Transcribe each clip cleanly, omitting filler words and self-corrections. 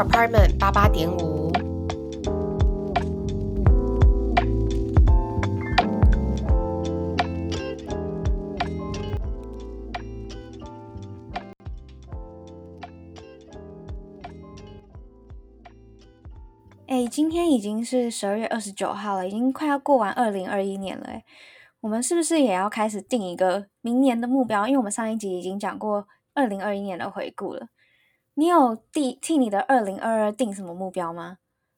Apartment 88.5。 今天已经是12月29号了，已经快要过完2021年了。我们是不是也要开始定一个明年的目标？因为我们上一集已经讲过2021年的回顾了。你有替你的2022定什么目标吗？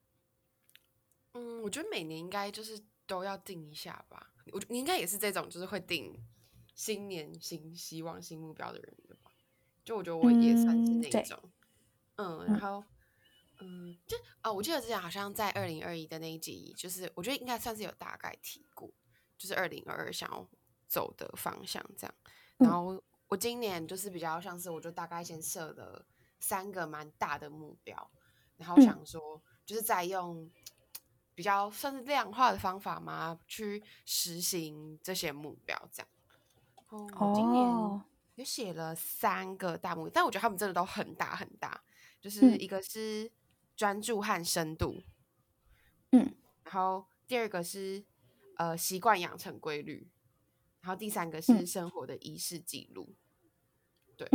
我觉得每年应该就是都要定一下吧。你应该也是这种就是会定新年新希望新目标的人的吧？就我觉得我也算是那一对， 种。然后我记得之前好像在2021的那一集，就是我觉得应该算是有大概提过，就是2022想要走的方向这样。然后我今年就是比较像是，我就大概先设了3个蛮大的目标，然后想说就是在用比较算是量化的方法嘛，去实行这些目标这样。我今年也写了3个大目标，但我觉得他们真的都很大很大。就是一个是专注和深度，然后第二个是习惯养成规律，然后第3个是生活的仪式记录。对，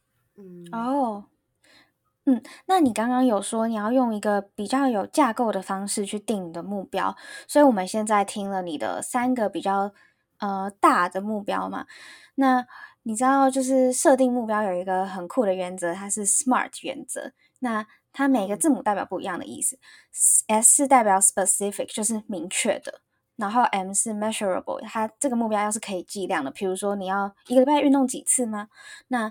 那你刚刚有说你要用一个比较有架构的方式去定你的目标，所以我们现在听了你的3个比较大的目标嘛。那你知道就是设定目标有一个很酷的原则，它是 SMART 原则。那它每个字母代表不一样的意思。S 是代表 specific， 就是明确的。然后 M 是 measurable， 它这个目标要是可以计量的，比如说你要一个礼拜运动几次吗？那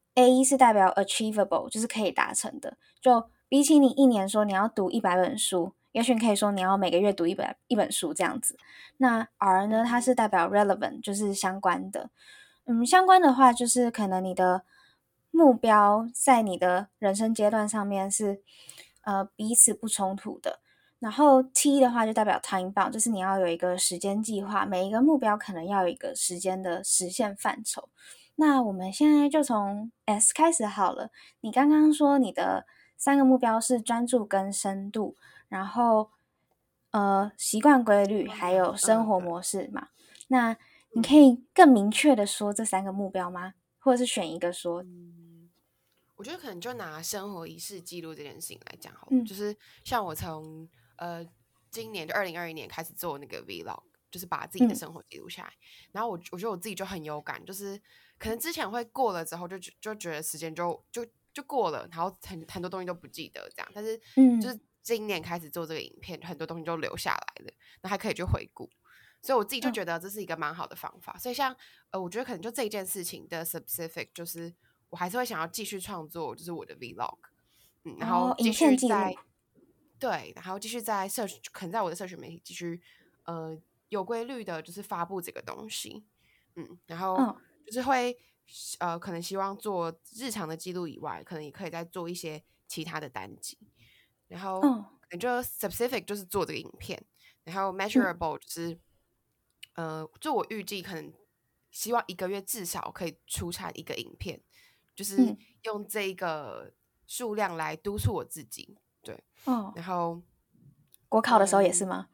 A 是代表 achievable， 就是可以达成的。就比起你一年说你要读100本书，也许你可以说你要每个月读一本书这样子。那 R 呢，它是代表 relevant， 就是相关的。相关的话就是可能你的目标在你的人生阶段上面是彼此不冲突的。然后 T 的话就代表 time bound， 就是你要有一个时间计划，每一个目标可能要有一个时间的实现范畴。那我们现在就从 S 开始好了。你刚刚说你的3个目标是专注跟深度，然后习惯规律还有生活模式嘛。那你可以更明确的说这3个目标吗？或者是选一个说？ 我觉得可能就拿生活仪式记录这件事情来讲好了。就是像我从今年就2021年开始做那个 vlog， 就是把自己的生活记录下来。然后我觉得我自己就很有感，就是可能之前会过了之后就觉得时间就过了，然后很多东西都不记得这样。但是就是今年开始做这个影片，很多东西就留下来了，那还可以去回顾。所以我自己就觉得这是一个蛮好的方法。所以像我觉得可能就这一件事情的 specific 就是我还是会想要继续创作，就是我的 vlog，然后继续在对，然后继续在可能在我的社群媒体继续有规律的，就是发布这个东西，然后就是会可能希望做日常的记录以外，可能也可以再做一些其他的单集，然后可能就 specific 就是做这个影片，然后 measurable 就是就我预计可能希望1个月至少可以出产1个影片，就是用这个数量来督促我自己。对，然后国考的时候也是吗？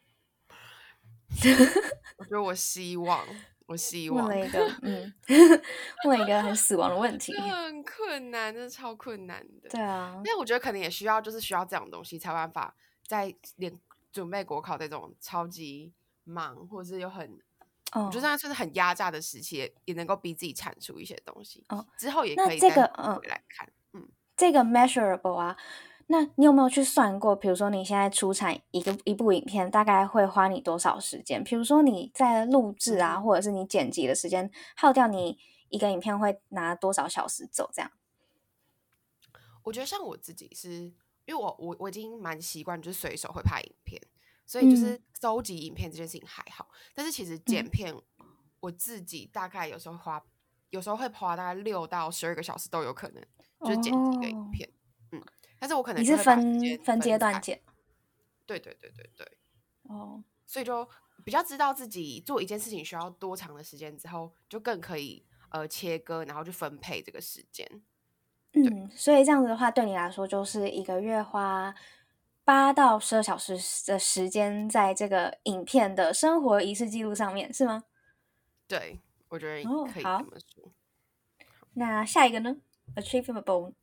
我觉得我希望问了一个问了一个很死亡的问题， 很困难，真的超困难的。 对啊， 因为我觉得可能也需要这种东西，才有办法在连准备国考这种超级忙，或者是有很我觉得那算是很压榨的时期，也能够逼自己产出一些东西。之后也可以再回来看。 这个 measurable 啊，那你有没有去算过？比如说你现在出产一部影片，大概会花你多少时间？比如说你在录制啊，或者是你剪辑的时间，耗掉你一个影片会拿多少小时走？这样？ 我觉得像我自己是因为我已经蛮习惯，就是随手会拍影片，所以就是收集影片这件事情还好。但是其实剪片，我自己大概有时候会花大概6到12个小时都有可能，就是剪辑一个影片。但是我可能就会把时间分阶段剪。 对。所以就比较知道自己做一件事情需要多长的时间之后，就更可以切割，然后去分配这个时间。 所以这样子的话，对你来说就是一个月花8到12小时的时间在这个影片的生活仪式记录上面，是吗？ 对，我觉得哦， 可以这好， 么说。 那下一个呢？Achievable。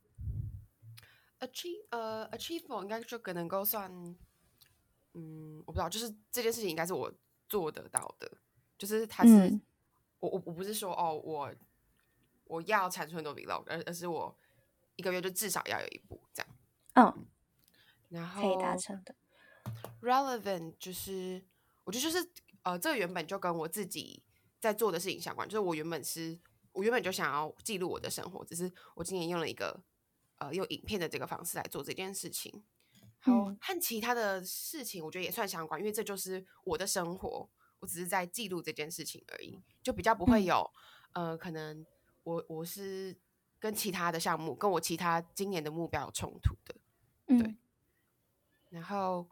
achievable 应该就可能够算，我不知道，就是这件事情应该是我做得到的，就是它是嗯我不是说我要产出很多 vlog，而是我一个月就至少要有一部这样。 嗯， 然可以达后成的。 relevant 就是我觉得就是这个原本就跟我自己在做的事情相关，就是我原本就想要记录我的生活，只是我今年用了一个用影片的这个方式来做这件事情。然后和其他的事情我觉得也算相关，因为这就是我的生活，我只是在记录这件事情而已，就比较不会有可能我是跟其他的项目跟我其他今年的目标有冲突的。对。然后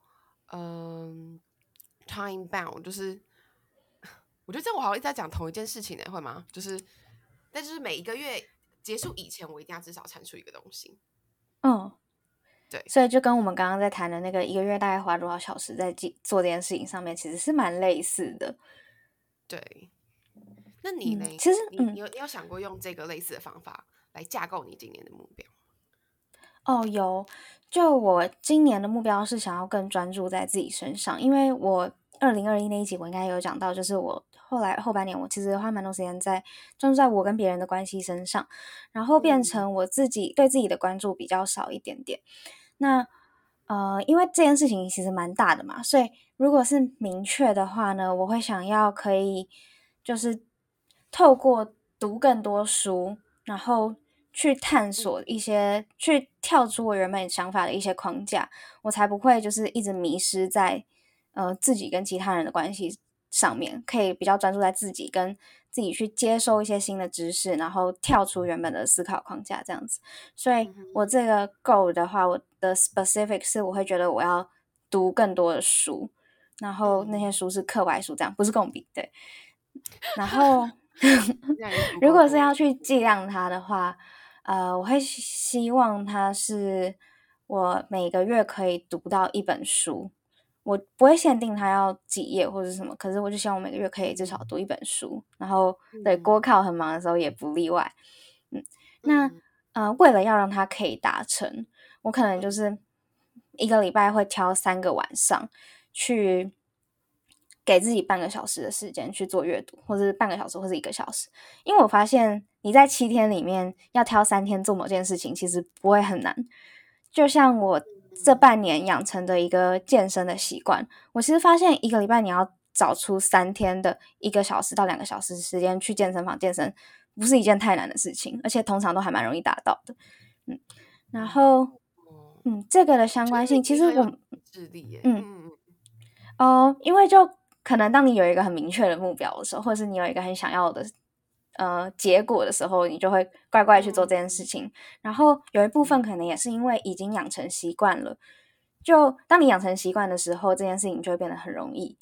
time bound 就是我觉得这我好像一直在讲同一件事情呢，会吗？但就是每一个月结束以前，我一定要至少产出一个东西。对， 所以就跟我们刚刚在谈的那个一个月大概花多少小时在做这件事情上面，其实是蛮类似的。 对。那你呢？ 其实你有想过用这个类似的方法来架构你今年的目标？ 有。就我今年的目标是想要更专注在自己身上，因为我2021那一集我应该有讲到，就是我后半年我其实花蛮多时间在专注在我跟别人的关系身上，然后变成我自己对自己的关注比较少一点点。那因为这件事情其实蛮大的嘛，所以如果是明确的话呢，我会想要可以就是透过读更多书，然后去探索一些，去跳出我原本想法的一些框架，我才不会就是一直迷失在自己跟其他人的关系上面，可以比较专注在自己跟自己去接收一些新的知识，然后跳出原本的思考框架这样子。所以我这个 goal 的话，我的 specific 是我会觉得我要读更多的书，然后那些书是课外书，这样不是共笔，对。然后如果是要去计量它的话，我会希望它是我每个月可以读到一本书，我不会限定它要几页或者什么，可是我就希望我每个月可以至少读一本书，然后对国考很忙的时候也不例外。那为了要让它可以达成，我可能就是一个礼拜会挑3个晚上去给自己半个小时的时间去做阅读，或是半个小时，或是1个小时。因为我发现你在7天里面要挑3天做某件事情，其实不会很难。就像我这半年养成的一个健身的习惯，我其实发现一个礼拜你要找出3天的1个小时到2个小时时间去健身房健身，不是一件太难的事情，而且通常都还蛮容易达到的。然后这个的相关性，其实我智力耶， 因为就可能当你有一个很明确的目标的时候，或者是你有一个很想要的结果的时候，你就会乖乖去做这件事情。然后有一部分可能也是因为已经养成习惯了，就当你养成习惯的时候，这件事情就会变得很容易。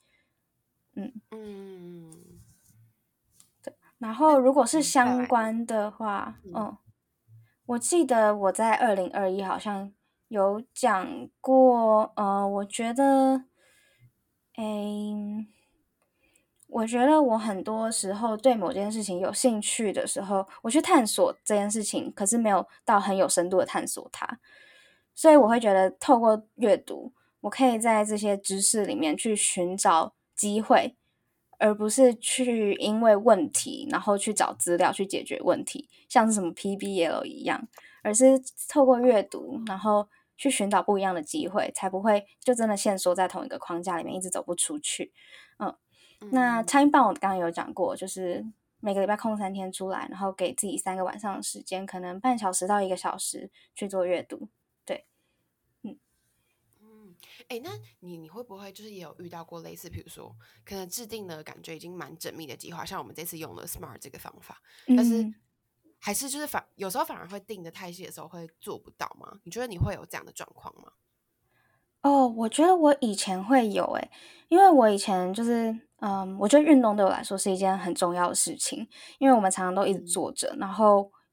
对。然后如果是相关的话，我记得我在2021好像有讲过，我觉得我很多时候对某件事情有兴趣的时候，我去探索这件事情，可是没有到很有深度的探索它，所以我会觉得透过阅读，我可以在这些知识里面去寻找机会，而不是去因为问题然后去找资料去解决问题，像是什么 PBL 一样，而是透过阅读，然后去寻找不一样的机会，才不会就真的限缩在同一个框架里面一直走不出去。那time bound 我刚刚有讲过，就是每个礼拜空3天出来，然后给自己3个晚上的时间，可能半小时到1个小时去做阅读。对。 那你会不会就是也有遇到过类似，比如说可能制定了感觉已经蛮缜密的计划，像我们这次用了 SMART 这个方法，但是还是就是有时候反而会定的太细的时候会做不到吗？你觉得你会有这样的状况吗？ 我觉得我以前会有因为我以前就是我觉得运动对我来说是一件很重要的事情，因为我们常常都一直坐着，然后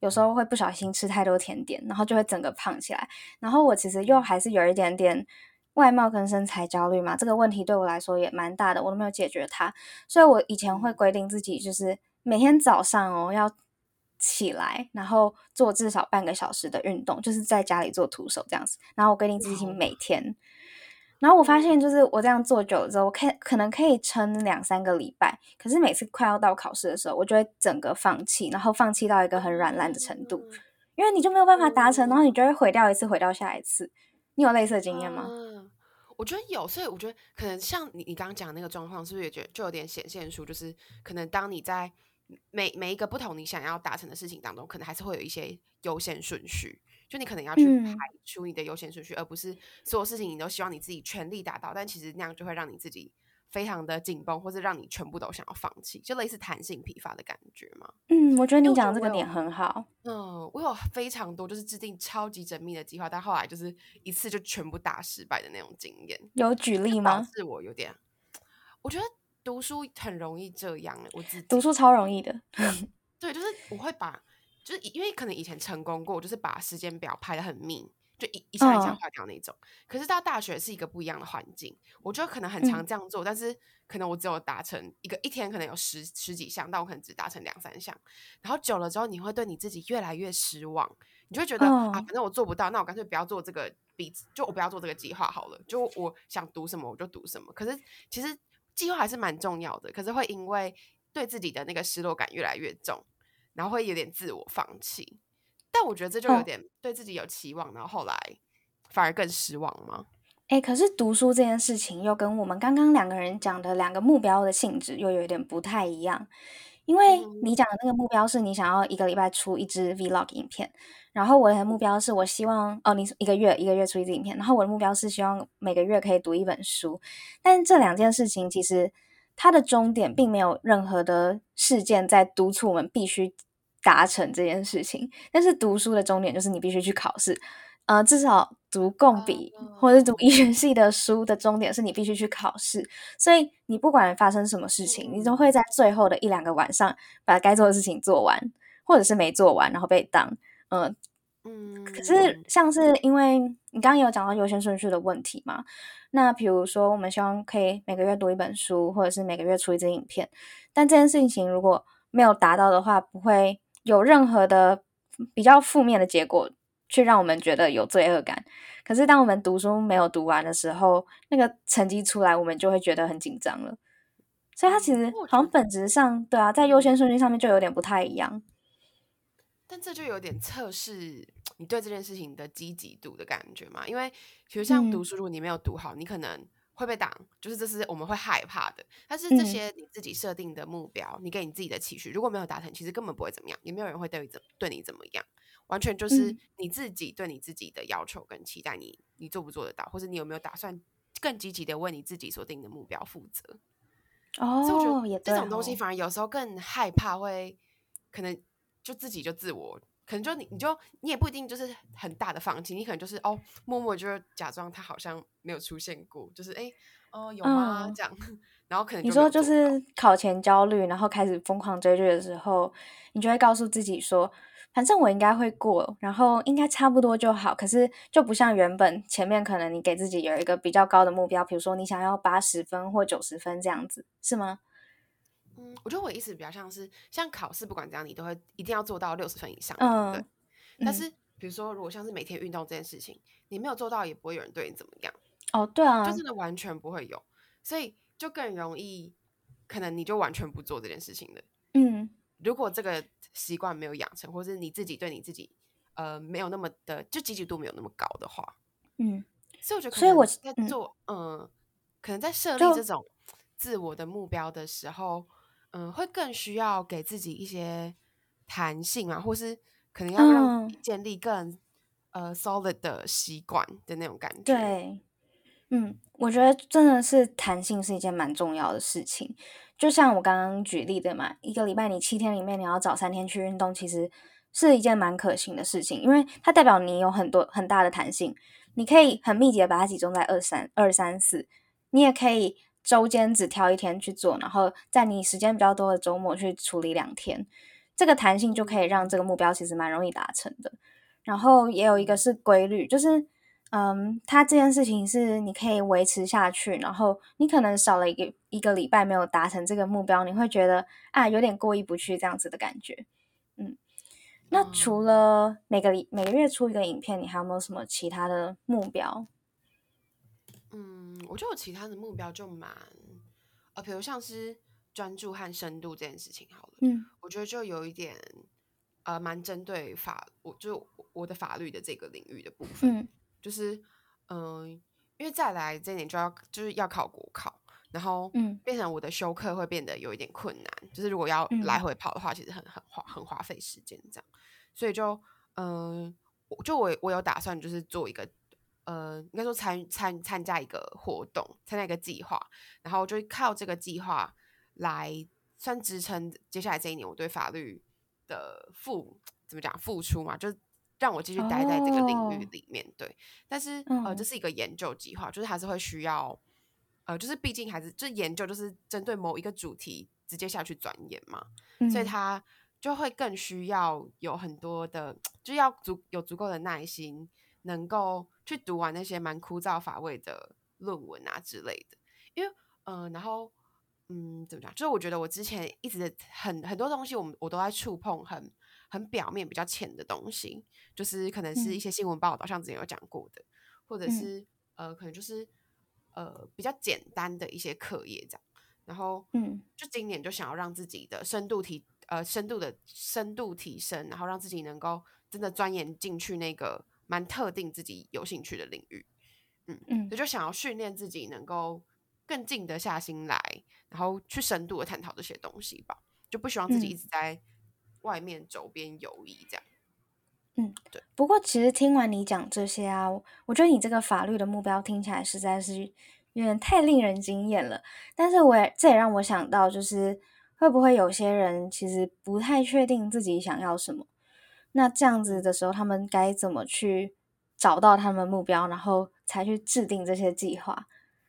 有时候会不小心吃太多甜点，然后就会整个胖起来。然后我其实又还是有一点点外貌跟身材焦虑嘛，这个问题对我来说也蛮大的，我都没有解决它。所以我以前会规定自己就是每天早上要起来，然后做至少半个小时的运动，就是在家里做徒手这样子。然后我规定自己每天，然后我发现就是我这样做久了之后，我可能可以撑2-3个礼拜，可是每次快要到考试的时候，我就会整个放弃，然后放弃到一个很软烂的程度，因为你就没有办法达成，然后你就会毁掉一次，毁掉下一次。你有类似的经验吗？ 我觉得有，所以我觉得可能像你刚刚讲的那个状况，是不是也觉得就有点显现出，就是可能当你在每一个不同你想要达成的事情当中，可能还是会有一些优先顺序，就你可能要去排出你的优先顺序，而不是所有事情你都希望你自己全力达到，但其实那样就会让你自己非常的紧绷，或者让你全部都想要放弃，就类似弹性疲乏的感觉嘛。 我觉得你讲的这个点很好。 我有非常多就是制定超级缜密的计划，但后来就是一次就全部大失败的那种经验。 有举例吗？ 导致我有点，我觉得读书很容易这样我自己读书超容易的。 对，就是我会把，就是因为可能以前成功过，就是把时间表排得很密，就一项一项划掉那种。可是到大学是一个不一样的环境，我觉得可能很常这样做，但是可能我只有达成一天可能有十几项，但我可能只达成2-3项。然后久了之后，你会对你自己越来越失望，你就会觉得反正我做不到，那我干脆不要做这个就我不要做这个计划好了，就我想读什么我就读什么。可是其实计划还是蛮重要的，可是会因为对自己的那个失落感越来越重，然后会有点自我放弃。但我觉得这就有点对自己有期望，然后后来反而更失望吗？ 可是读书这件事情又跟我们刚刚两个人讲的2个目标的性质又有点不太一样。因为你讲的那个目标是你想要1个礼拜出1支 vlog 影片，然后我的目标是我希望你1个月出1支影片，然后我的目标是希望每个月可以读1本书。但是这2件事情其实它的终点并没有任何的事件在督促我们必须达成这件事情，但是读书的终点就是你必须去考试。至少读共笔或者是读医学系的书的终点是你必须去考试，所以你不管发生什么事情，你都会在最后的1-2个晚上把该做的事情做完，或者是没做完然后被当。可是像是因为你刚刚有讲到优先顺序的问题嘛，那比如说我们希望可以每个月读1本书，或者是每个月出1支影片，但这件事情如果没有达到的话，不会有任何的比较负面的结果去让我们觉得有罪恶感。可是当我们读书没有读完的时候，那个成绩出来我们就会觉得很紧张了。所以它其实好像本质上对啊，在优先顺序上面就有点不太一样。 但这就有点测试你对这件事情的积极度的感觉嘛，因为比如像读书，如果你没有读好，你可能会被挡，就是这是我们会害怕的。但是这些你自己设定的目标，你给你自己的期许，如果没有达成，其实根本不会怎么样，也没有人会对你怎么样，完全就是你自己对你自己的要求跟期待，你做不做得到，或者你有没有打算更积极的为你自己所定的目标负责。所以我觉得这种东西反而有时候更害怕会可能就自己就自我，可能就你也不一定就是很大的放弃，你可能就是默默就假装他好像没有出现过，就是有吗这样，然后可能你说就是考前焦虑，然后开始疯狂追剧的时候，你就会告诉自己说反正我应该会过，然后应该差不多就好。可是就不像原本前面可能你给自己有一个比较高的目标，比如说你想要80分或90分这样子，是吗？ 我觉得我的意思比较像是，像考试不管怎样，你都会一定要做到60分以上，对不对？但是比如说，如果像是每天运动这件事情，你没有做到，也不会有人对你怎么样。 对啊， 就真的完全不会有，所以就更容易，可能你就完全不做这件事情了。如果这个习惯没有养成，或是你自己对你自己没有那么的就积极度没有那么高的话，所以我觉得可能在做可能在设立这种自我的目标的时候，会更需要给自己一些弹性啊，或是可能要让建立更solid 的习惯的那种感觉。 对，我觉得真的是弹性是一件蛮重要的事情。就像我刚刚举例的嘛，1个礼拜你7天里面你要找3天去运动，其实是一件蛮可行的事情，因为它代表你有很大的弹性，你可以很密集的把它集中在2、3、4，你也可以周间只挑1天去做，然后在你时间比较多的周末去处理2天。 这个弹性就可以让这个目标其实蛮容易达成的。然后也有一个是规律，就是它这件事情是你可以维持下去，然后你可能少了一个礼拜没有达成这个目标，你会觉得有点过意不去这样子的感觉。那除了每个月出一个影片，你还有没有什么其他的目标？ 我觉得我其他的目标就比如像是专注和深度这件事情好了，我觉得就有一点蛮针对我的法律的这个领域的部分，就是因为再来这一年就是要考国考，然后变成我的修课会变得有一点困难，就是如果要来回跑的话，其实很花费时间这样，所以我有打算就是做一个应该说参加一个活动，参加一个计划，然后就靠这个计划来算支撑接下来这一年我对法律的怎么讲付出嘛，就让我继续待在这个领域里面。对，但是这是一个研究计划，就是还是会需要就是毕竟还是就是研究就是针对某一个主题直接下去钻研嘛，所以它就会更需要有很多的，就要有足够的耐心，能够去读完那些蛮枯燥乏味的论文啊之类的。因为然后怎么讲？就是我觉得我之前一直很多东西我都在触碰很表面、比较浅的东西，就是可能是一些新闻报道，像之前有讲过的，或者是可能就是比较简单的一些课业这样。然后就今年就想要让自己的深度提升，然后让自己能够真的钻研进去那个蛮特定自己有兴趣的领域，所以就想要训练自己能够更静得下心来，然后去深度的探讨这些东西吧，就不希望自己一直在外面周边游移这样。对。 不过其实听完你讲这些啊，我觉得你这个法律的目标听起来实在是有点太令人惊艳了。但是这也让我想到，就是会不会有些人其实不太确定自己想要什么？那这样子的时候，他们该怎么去找到他们目标，然后才去制定这些计划？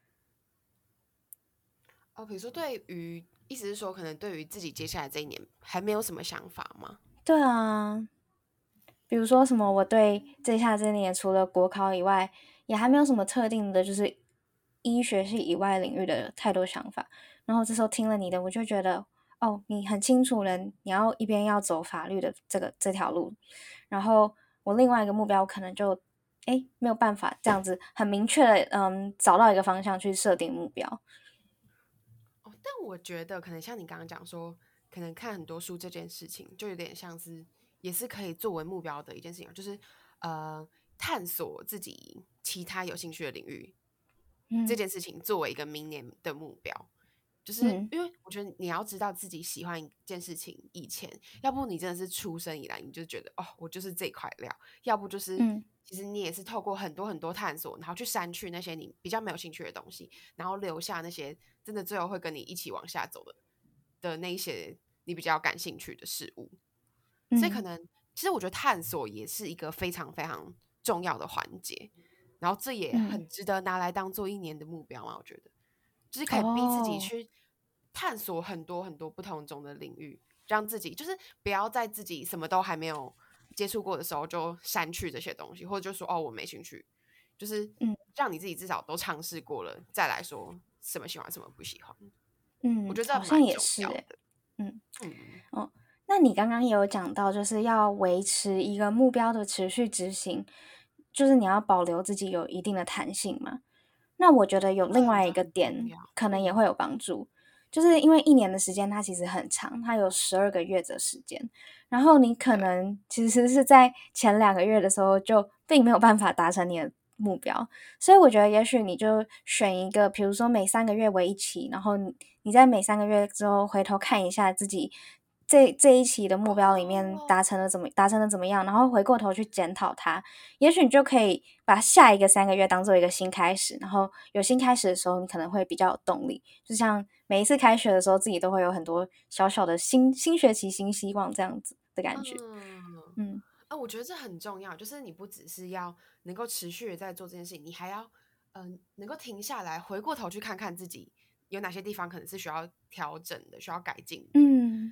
比如说意思是说，可能对于自己接下来这一年还没有什么想法吗？ 对啊，比如说什么，我对这下这年除了国考以外，也还没有什么特定的，就是医学系以外领域的太多想法。然后这时候听了你的，我就觉得，哦，你很清楚了，你要一边要走法律的这条路，然后我另外一个目标可能就，没有办法这样子很明确的，找到一个方向去设定目标。 但我觉得可能像你刚刚讲说，可能看很多书这件事情，就有点像是也是可以作为目标的一件事情，就是探索自己其他有兴趣的领域，这件事情作为一个明年的目标。就是因为我觉得你要知道自己喜欢一件事情以前，要不你真的是出生以来你就觉得我就是这块料，要不就是其实你也是透过很多很多探索，然后去删去那些你比较没有兴趣的东西，然后留下那些真的最后会跟你一起往下走的那一些你比较感兴趣的事物。所以可能其实我觉得探索也是一个非常非常重要的环节，然后这也很值得拿来当做一年的目标嘛，我觉得。就是可以逼自己去探索很多很多不同种的领域，让自己就是不要在自己什么都还没有接触过的时候就删去这些东西，或者就说我没兴趣，就是让你自己至少都尝试过了，再来说什么喜欢什么不喜欢。我觉得这好像蛮重也是要的。 那你刚刚也有讲到，就是要维持一个目标的持续执行，就是你要保留自己有一定的弹性嘛。那我觉得有另外一个点可能也会有帮助，就是因为一年的时间它其实很长，它有12个月的时间，然后你可能其实是在前2个月的时候就并没有办法达成你的目标，所以我觉得也许你就选一个，比如说每3个月为一期，然后你在每3个月之后回头看一下自己这一期的目标里面达成的怎么样，然后回过头去检讨它，也许你就可以把下一个3个月当做一个新开始，然后有新开始的时候，你可能会比较有动力。就像每一次开学的时候，自己都会有很多小小的新学期新希望这样子的感觉。 我觉得这很重要，就是你不只是要能够持续的在做这件事情，你还要能够停下来，回过头去看看自己有哪些地方可能是需要调整的，需要改进的。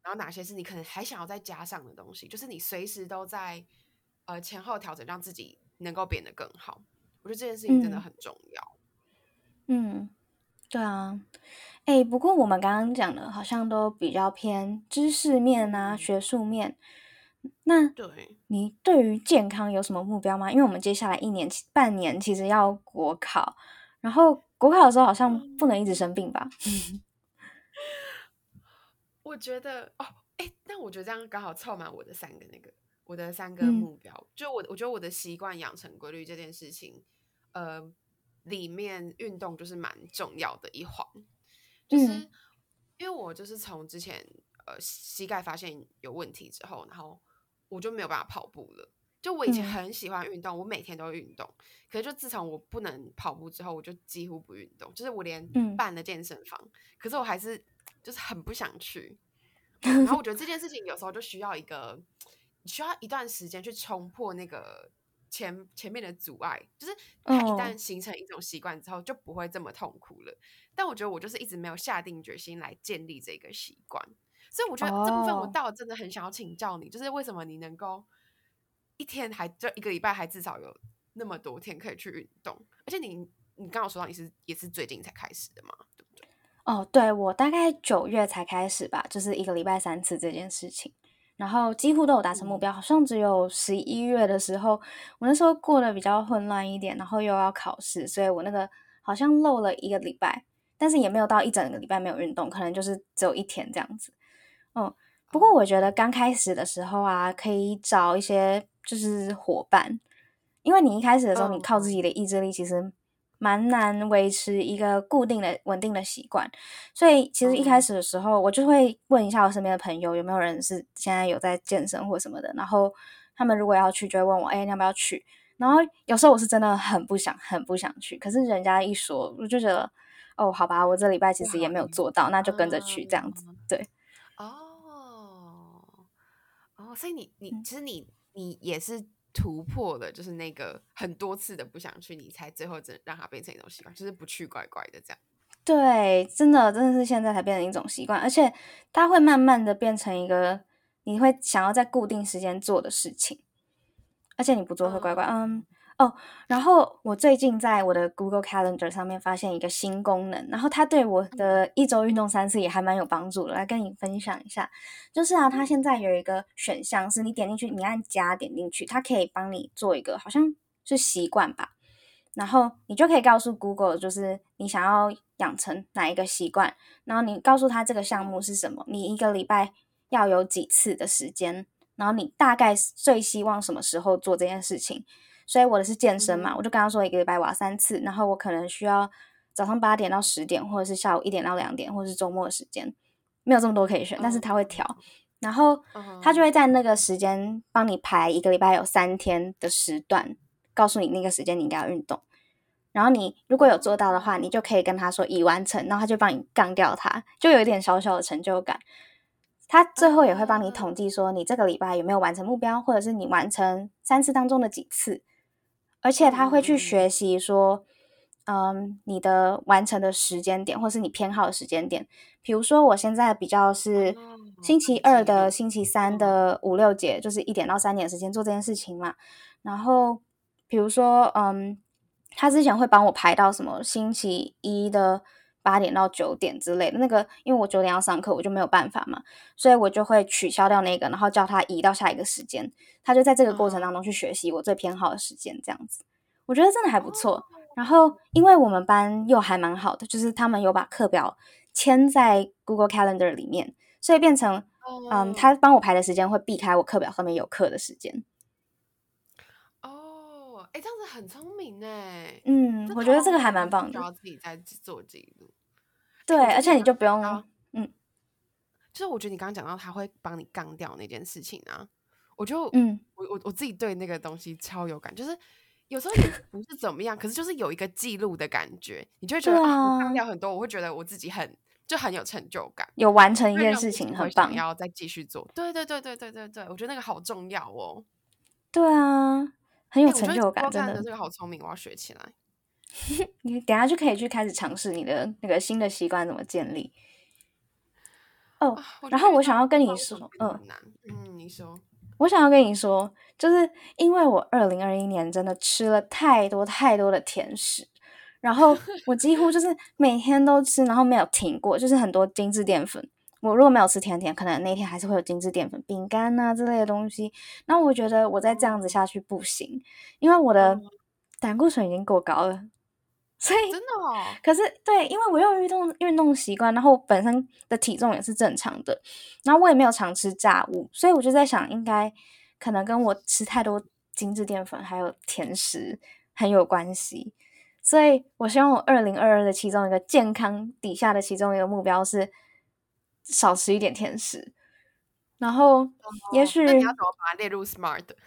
然后哪些是你可能还想要再加上的东西，就是你随时都在前后调整，让自己能够变得更好。我觉得这件事情真的很重要。 对啊。不过我们刚刚讲的好像都比较偏知识面啊，学术面。那对， 你对于健康有什么目标吗？因为我们接下来半年其实要国考，然后国考的时候好像不能一直生病吧？ 我觉得但我觉得这样刚好凑满我的三个目标。就我觉得我的习惯养成规律这件事情，里面运动就是蛮重要的一环。就是因为我就是从之前膝盖发现有问题之后，然后我就没有办法跑步了。就我以前很喜欢运动，我每天都会运动。可是就自从我不能跑步之后，我就几乎不运动。就是我连办了健身房，可是我还是就是很不想去。然后我觉得这件事情有时候就需要一段时间去冲破那个前面的阻碍，就是它一旦形成一种习惯之后，就不会这么痛苦了。但我觉得我就是一直没有下定决心来建立这个习惯，所以我觉得这部分我倒真的很想要请教你，就是为什么你能够一天就一个礼拜还至少有那么多天可以去运动，而且你刚刚说到也是最近才开始的嘛，对不对？ 对，我大概9月才开始吧，就是一个礼拜3次这件事情，然后几乎都有达成目标，好像只有11月的时候，我那时候过得比较混乱一点，然后又要考试，所以我那个好像漏了1个礼拜，但是也没有到一整个礼拜没有运动，可能就是只有1天这样子。不过我觉得刚开始的时候啊，可以找一些就是伙伴，因为你一开始的时候，你靠自己的意志力其实蛮难维持一个固定的、稳定的习惯。所以其实一开始的时候，我就会问一下我身边的朋友有没有人是现在有在健身或什么的，然后他们如果要去，就会问我，你要不要去？然后有时候我是真的很不想去，可是人家一说，我就觉得，好吧，我这礼拜其实也没有做到，那就跟着去这样子，对。 所以其实你也是突破了，就是那个很多次的不想去，你才最后让它变成一种习惯，就是不去怪怪的这样。 对，真的是现在才变成一种习惯，而且它会慢慢的变成一个你会想要在固定时间做的事情，而且你不做会怪怪。然后我最近在我的 Google Calendar 上面发现一个新功能，然后它对我的1周运动3次也还蛮有帮助的，来跟你分享一下。就是啊，它现在有一个选项是你点进去，你按加点进去，它可以帮你做一个好像是习惯吧。然后你就可以告诉 Google，就是你想要养成哪一个习惯，然后你告诉他这个项目是什么，你一个礼拜要有几次的时间，然后你大概最希望什么时候做这件事情。所以我的是健身嘛，我就跟他说一个礼拜我要3次，然后我可能需要早上8点到10点，或者是下午1点到2点，或者是周末的时间，没有这么多可以选，但是他会调，然后他就会在那个时间帮你排一个礼拜有3天的时段，告诉你那个时间你应该要运动。然后你如果有做到的话，你就可以跟他说已完成，然后他就帮你杠掉它，就有一点小小的成就感。他最后也会帮你统计说你这个礼拜有没有完成目标，或者是你完成3次当中的几次。而且他会去学习说，你的完成的时间点，或是你偏好的时间点。比如说我现在比较是星期2的、星期3的5、6节，就是1点到3点的时间做这件事情嘛。然后比如说，他之前会帮我排到什么星期1的8点到9点之类的，那个因为我9点要上课，我就没有办法嘛，所以我就会取消掉那个，然后叫他移到下一个时间。他就在这个过程当中去学习我最偏好的时间，这样子，我觉得真的还不错。然后因为我们班又还蛮好的，就是他们有把课表签在 Google Calendar 里面，所以变成他帮我排的时间会避开我课表上面有课的时间。 这样子很聪明哎。 我觉得这个还蛮棒的。 需要自己在做记录。 对，而且你就不用就是我觉得你刚刚讲到他会帮你杠掉那件事情啊，我自己对那个东西超有感，就是有时候也不是怎么样，可是就是有一个记录的感觉，你就会觉得我杠掉很多，我会觉得我自己很有成就感， 有完成一件事情，很棒， 想要再继续做。对，我觉得那个好重要哦。 对啊，很有成就感，真的。 这个好聪明，我要学起来。 你等一下就可以去开始尝试你的那个新的习惯怎么建立。 然后我想要跟你说， 你说， 我想要跟你说，就是因为我2021年真的吃了太多太多的甜食，然后我几乎就是每天都吃，然后没有停过，就是很多精致淀粉。我如果没有吃甜点，可能那天还是会有精致淀粉、饼干啊之类的东西。那我觉得我再这样子下去不行，因为我的胆固醇已经够高了。所以真的哦， 可是对，因为我有运动习惯，然后本身的体重也是正常的，然后我也没有常吃炸物，所以我就在想，应该可能跟我吃太多精致淀粉还有甜食很有关系。所以我希望我2022的其中一个健康底下的其中一个目标是少吃一点甜食，然后也许那你要怎么把它列入 SMART 的？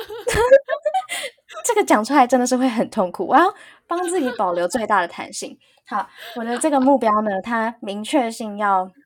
这个讲出来真的是会很痛苦，我要帮自己保留最大的弹性。好，我的这个目标呢，它明确性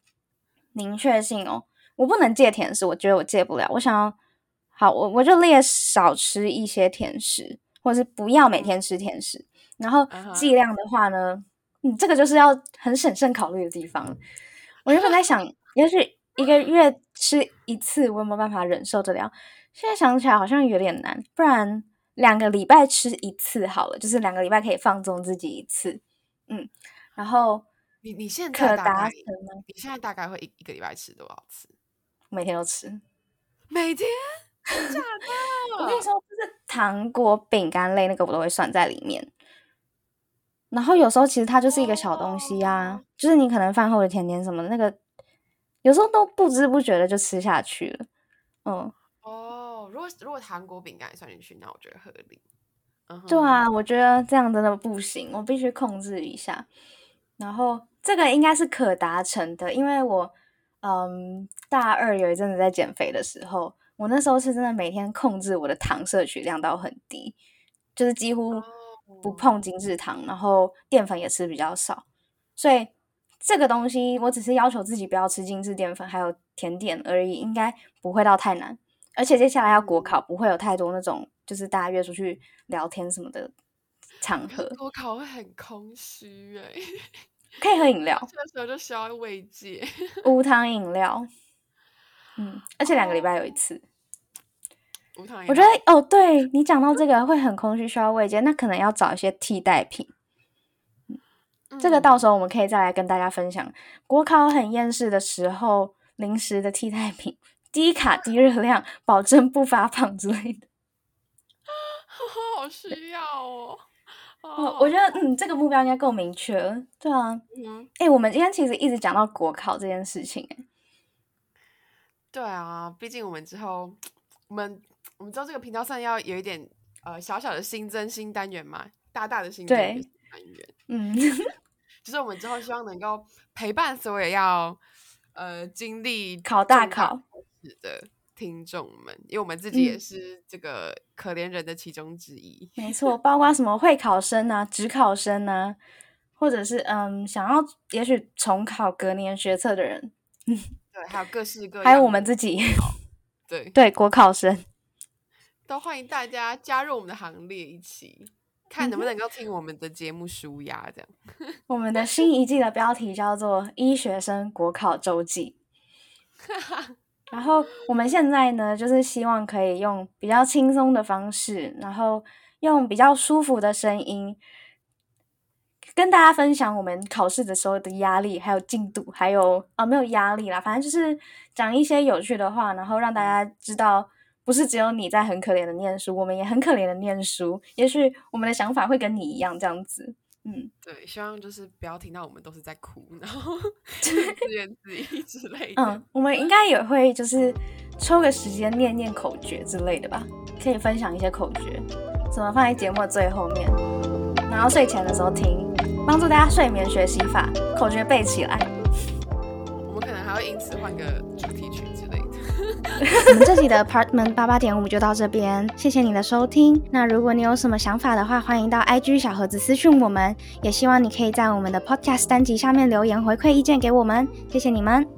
哦，我不能戒甜食，我觉得我戒不了。我想要，好，我就列少吃一些甜食，或者是不要每天吃甜食。然后剂量的话呢，这个就是要很审慎考虑的地方。我原本在想，也许1个月吃1次，我有没有办法忍受得了？现在想起来好像有点难，不然2个礼拜吃1次好了，就是2个礼拜可以放纵自己1次。然后你现在可达成吗？ 你现在大概会一个礼拜吃多少次？ 每天都吃。 每天？真假的？ 我跟你说，就是糖果、饼干类那个我都会算在里面。然后有时候其实它就是一个小东西啊，就是你可能饭后的甜点什么的，那个有时候都不知不觉的就吃下去了。 如果糖果、饼干也算进去，那我觉得合理。 对啊，我觉得这样真的不行，我必须控制一下。然后这个应该是可达成的，因为我大2有一阵子在减肥的时候，我那时候是真的每天控制我的糖摄取量到很低，就是几乎不碰精致糖，然后淀粉也吃比较少。所以这个东西我只是要求自己不要吃精致淀粉还有甜点而已，应该不会到太难。而且接下来要国考，不会有太多那种就是大家约出去聊天什么的场合。 国考会很空虚可以喝饮料， 这个时候就需要慰藉。 无糖饮料，而且2个礼拜有1次。 无糖饮料， 我觉得对你讲到这个会很空虚，需要慰藉，那可能要找一些替代品。这个到时候我们可以再来跟大家分享国考很厌世的时候零食的替代品，低卡低热量，保证不发胖之类的。 好需要哦。 我觉得这个目标应该够明确了。对啊，我们今天其实一直讲到国考这件事情。 对啊，毕竟我们之后我们之后这个频道上要有一点小小的新增新单元嘛，大的新增单元。就是我们之后希望能够陪伴所有要经历考大考的听众们，因为我们自己也是这个可怜人的其中之一。 没错，包括什么会考生啊、指考生啊，或者是想要也许重考隔年学测的人， 对，还有各式各样， 还有我们自己，对国考生， 都欢迎大家加入我们的行列，一起看能不能够听我们的节目抒压。这样， 我们的新一季的标题叫做《医学生国考周记》。然后我们现在呢，就是希望可以用比较轻松的方式，然后用比较舒服的声音，跟大家分享我们考试的时候的压力，还有进度，还有没有压力啦，反正就是讲一些有趣的话，然后让大家知道，不是只有你在很可怜的念书，我们也很可怜的念书。也许我们的想法会跟你一样，这样子。 对，希望就是不要听到我们都是在哭，然后自怨自艾之类的。 我们应该也会就是抽个时间念念口诀之类的吧，可以分享一些口诀，怎么放在节目的最后面，然后睡前的时候听，帮助大家睡眠学习法，口诀背起来。 我们可能还会因此换个主题曲之类的。 我们这集的 Apartment 88.5就到这边，谢谢你的收听。那如果你有什么想法的话，欢迎到 IG 小盒子私讯我们，也希望你可以在我们的 Podcast 单集下面留言回馈意见给我们，谢谢你们。